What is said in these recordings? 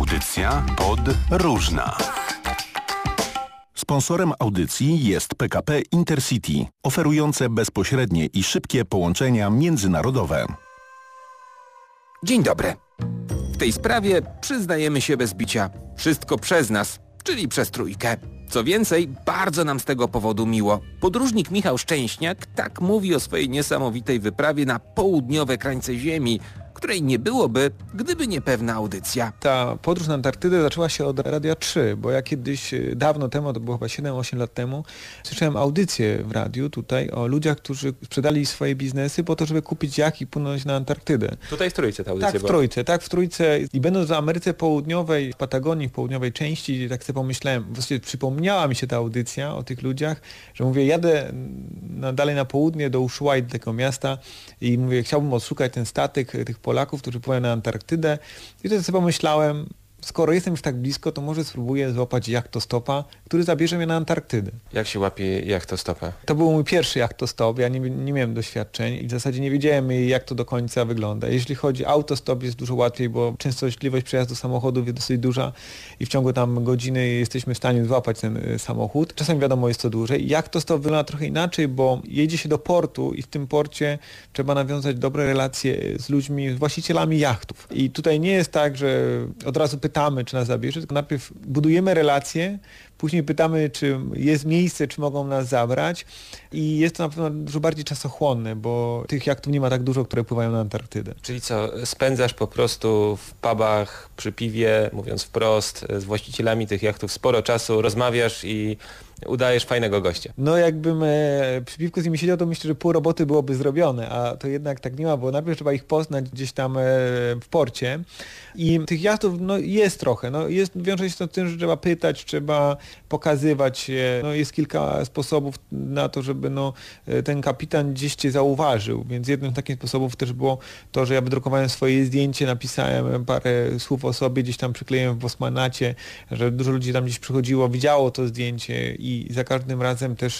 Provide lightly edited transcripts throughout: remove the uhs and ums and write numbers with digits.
Audycja podróżna. Sponsorem audycji jest PKP Intercity, oferujące bezpośrednie i szybkie połączenia międzynarodowe. Dzień dobry. W tej sprawie przyznajemy się bez bicia. Wszystko przez nas, czyli przez trójkę. Co więcej, bardzo nam z tego powodu miło. Podróżnik Michał Szczęśniak tak mówi o swojej niesamowitej wyprawie na południowe krańce Ziemi, której nie byłoby, gdyby nie pewna audycja. Ta podróż na Antarktydę zaczęła się od Radia 3, bo ja kiedyś, dawno temu, to było chyba 7-8 lat temu, słyszałem audycję w radiu tutaj o ludziach, którzy sprzedali swoje biznesy po to, żeby kupić jak i płynąć na Antarktydę. Tutaj w Trójce ta audycja była? Tak, w Trójce. I będąc w Ameryce Południowej, w Patagonii, w południowej części, tak sobie pomyślałem, właściwie przypomniała mi się ta audycja o tych ludziach, że mówię, jadę dalej na południe do Ushuaia, tego miasta i mówię, chciałbym odszukać ten statek tych Polaków, którzy pływają na Antarktydę. I wtedy sobie pomyślałem, skoro jestem już tak blisko, to może spróbuję złapać jachtostopa, który zabierze mnie na Antarktydę. Jak się łapie jachtostopa? To był mój pierwszy jachtostop, ja nie miałem doświadczeń i w zasadzie nie wiedziałem, jak to do końca wygląda. Jeśli chodzi o autostop, jest dużo łatwiej, bo częstotliwość przejazdu samochodów jest dosyć duża i w ciągu tam godziny jesteśmy w stanie złapać ten samochód. Czasem wiadomo, jest to dłużej. Jachtostop wygląda trochę inaczej, bo jedzie się do portu i w tym porcie trzeba nawiązać dobre relacje z ludźmi, z właścicielami jachtów. I tutaj nie jest tak, że od razu pytamy, czy nas zabierze, tylko najpierw budujemy relacje, później pytamy, czy jest miejsce, czy mogą nas zabrać i jest to na pewno dużo bardziej czasochłonne, bo tych jachtów nie ma tak dużo, które pływają na Antarktydę. Czyli co, spędzasz po prostu w pubach, przy piwie, mówiąc wprost, z właścicielami tych jachtów sporo czasu, rozmawiasz i udajesz fajnego gościa. No jakbym przy piwku z nimi siedział, to myślę, że pół roboty byłoby zrobione, a to jednak tak nie ma, bo najpierw trzeba ich poznać gdzieś tam w porcie i tych jachtów jest trochę. Wiąże się to z tym, że trzeba pytać, trzeba pokazywać się. Jest kilka sposobów na to, żeby ten kapitan gdzieś cię zauważył, więc jednym z takich sposobów też było to, że ja wydrukowałem swoje zdjęcie, napisałem parę słów o sobie, gdzieś tam przykleiłem w Bosmanacie, że dużo ludzi tam gdzieś przychodziło, widziało to zdjęcie i za każdym razem też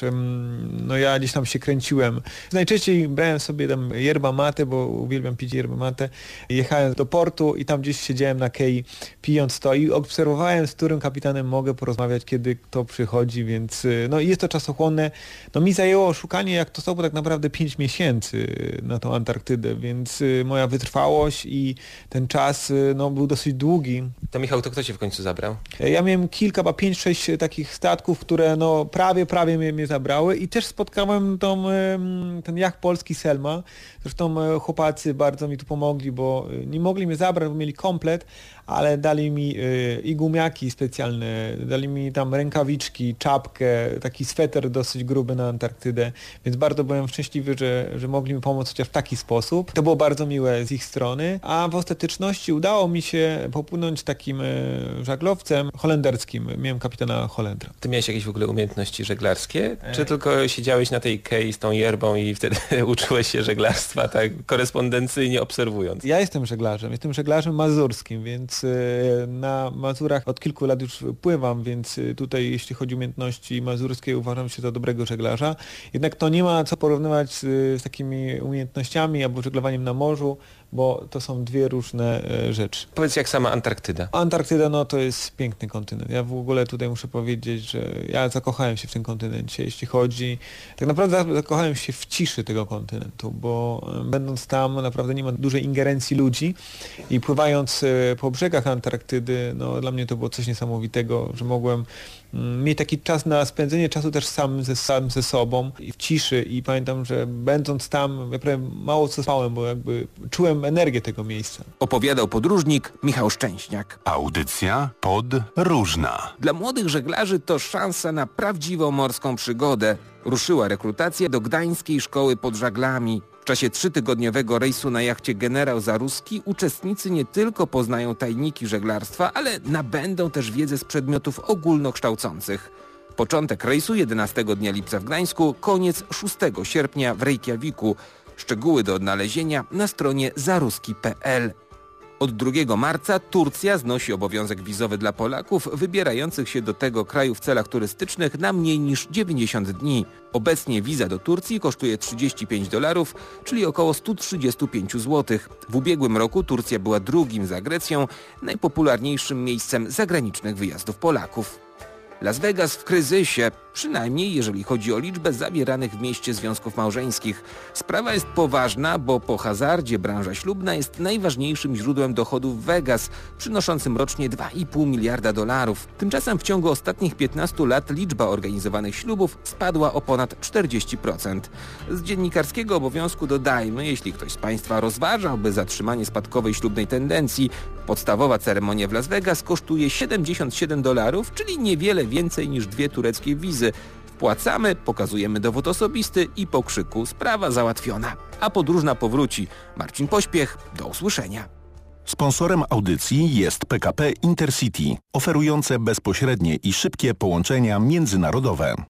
ja gdzieś tam się kręciłem. Najczęściej brałem sobie tam yerba mate, bo uwielbiam pić yerba mate. Jechałem do portu i tam gdzieś siedziałem na kei pijąc to i obserwowałem, z którym kapitanem mogę porozmawiać, kiedy kto przychodzi, więc jest to czasochłonne. Mi zajęło szukanie jachtostopu tak naprawdę 5 miesięcy na tą Antarktydę, więc moja wytrwałość i ten czas był dosyć długi. To Michał, to kto cię w końcu zabrał? Ja miałem kilka, chyba 5-6 takich statków, które prawie mnie zabrały i też spotkałem ten jacht polski Selma. Zresztą chłopacy bardzo mi tu pomogli, bo nie mogli mnie zabrać, bo mieli komplet, ale dali mi i gumiaki specjalne, dali mi tam rękawiczki, czapkę, taki sweter dosyć gruby na Antarktydę, więc bardzo byłem szczęśliwy, że mogli mi pomóc chociaż w taki sposób. To było bardzo miłe z ich strony, a w ostateczności udało mi się popłynąć takim żaglowcem holenderskim. Miałem kapitana Holendra. Ty miałeś jakieś w ogóle umiejętności żeglarskie? Czy tylko siedziałeś na tej kei z tą yerbą i wtedy uczyłeś się żeglarstwa tak korespondencyjnie obserwując? Ja jestem żeglarzem mazurskim, więc na Mazurach od kilku lat już pływam, więc tutaj jeśli chodzi o umiejętności mazurskie uważam się za dobrego żeglarza. Jednak to nie ma co porównywać z takimi umiejętnościami albo żeglowaniem na morzu, bo to są dwie różne rzeczy. Powiedz, jak sama Antarktyda? Antarktyda to jest piękny kontynent. Ja w ogóle tutaj muszę powiedzieć, że ja zakochałem się w tym kontynencie, jeśli chodzi... Tak naprawdę zakochałem się w ciszy tego kontynentu, bo będąc tam naprawdę nie ma dużej ingerencji ludzi i pływając po brzegach Antarktydy, dla mnie to było coś niesamowitego, że mogłem mieć taki czas na spędzenie czasu też sam ze sobą i w ciszy i pamiętam, że będąc tam, ja prawie mało co spałem, bo jakby czułem energię tego miejsca. Opowiadał podróżnik Michał Szczęśniak. Audycja podróżna. Dla młodych żeglarzy to szansa na prawdziwą morską przygodę. Ruszyła rekrutacja do Gdańskiej Szkoły pod Żaglami. W czasie 3-tygodniowego rejsu na jachcie Generał Zaruski uczestnicy nie tylko poznają tajniki żeglarstwa, ale nabędą też wiedzę z przedmiotów ogólnokształcących. Początek rejsu 11 dnia lipca w Gdańsku, koniec 6 sierpnia w Reykjaviku. Szczegóły do odnalezienia na stronie zaruski.pl. Od 2 marca Turcja znosi obowiązek wizowy dla Polaków wybierających się do tego kraju w celach turystycznych na mniej niż 90 dni. Obecnie wiza do Turcji kosztuje $35, czyli około 135 zł. W ubiegłym roku Turcja była drugim za Grecją najpopularniejszym miejscem zagranicznych wyjazdów Polaków. Las Vegas w kryzysie, przynajmniej jeżeli chodzi o liczbę zawieranych w mieście związków małżeńskich. Sprawa jest poważna, bo po hazardzie branża ślubna jest najważniejszym źródłem dochodów w Vegas, przynoszącym rocznie $2,5 miliarda. Tymczasem w ciągu ostatnich 15 lat liczba organizowanych ślubów spadła o ponad 40%. Z dziennikarskiego obowiązku dodajmy, jeśli ktoś z Państwa rozważałby zatrzymanie spadkowej ślubnej tendencji, podstawowa ceremonia w Las Vegas kosztuje $77, czyli niewiele więcej niż 2 tureckie wizy. Wpłacamy, pokazujemy dowód osobisty i po krzyku sprawa załatwiona. A podróżna powróci. Marcin Pośpiech, do usłyszenia. Sponsorem audycji jest PKP Intercity, oferujące bezpośrednie i szybkie połączenia międzynarodowe.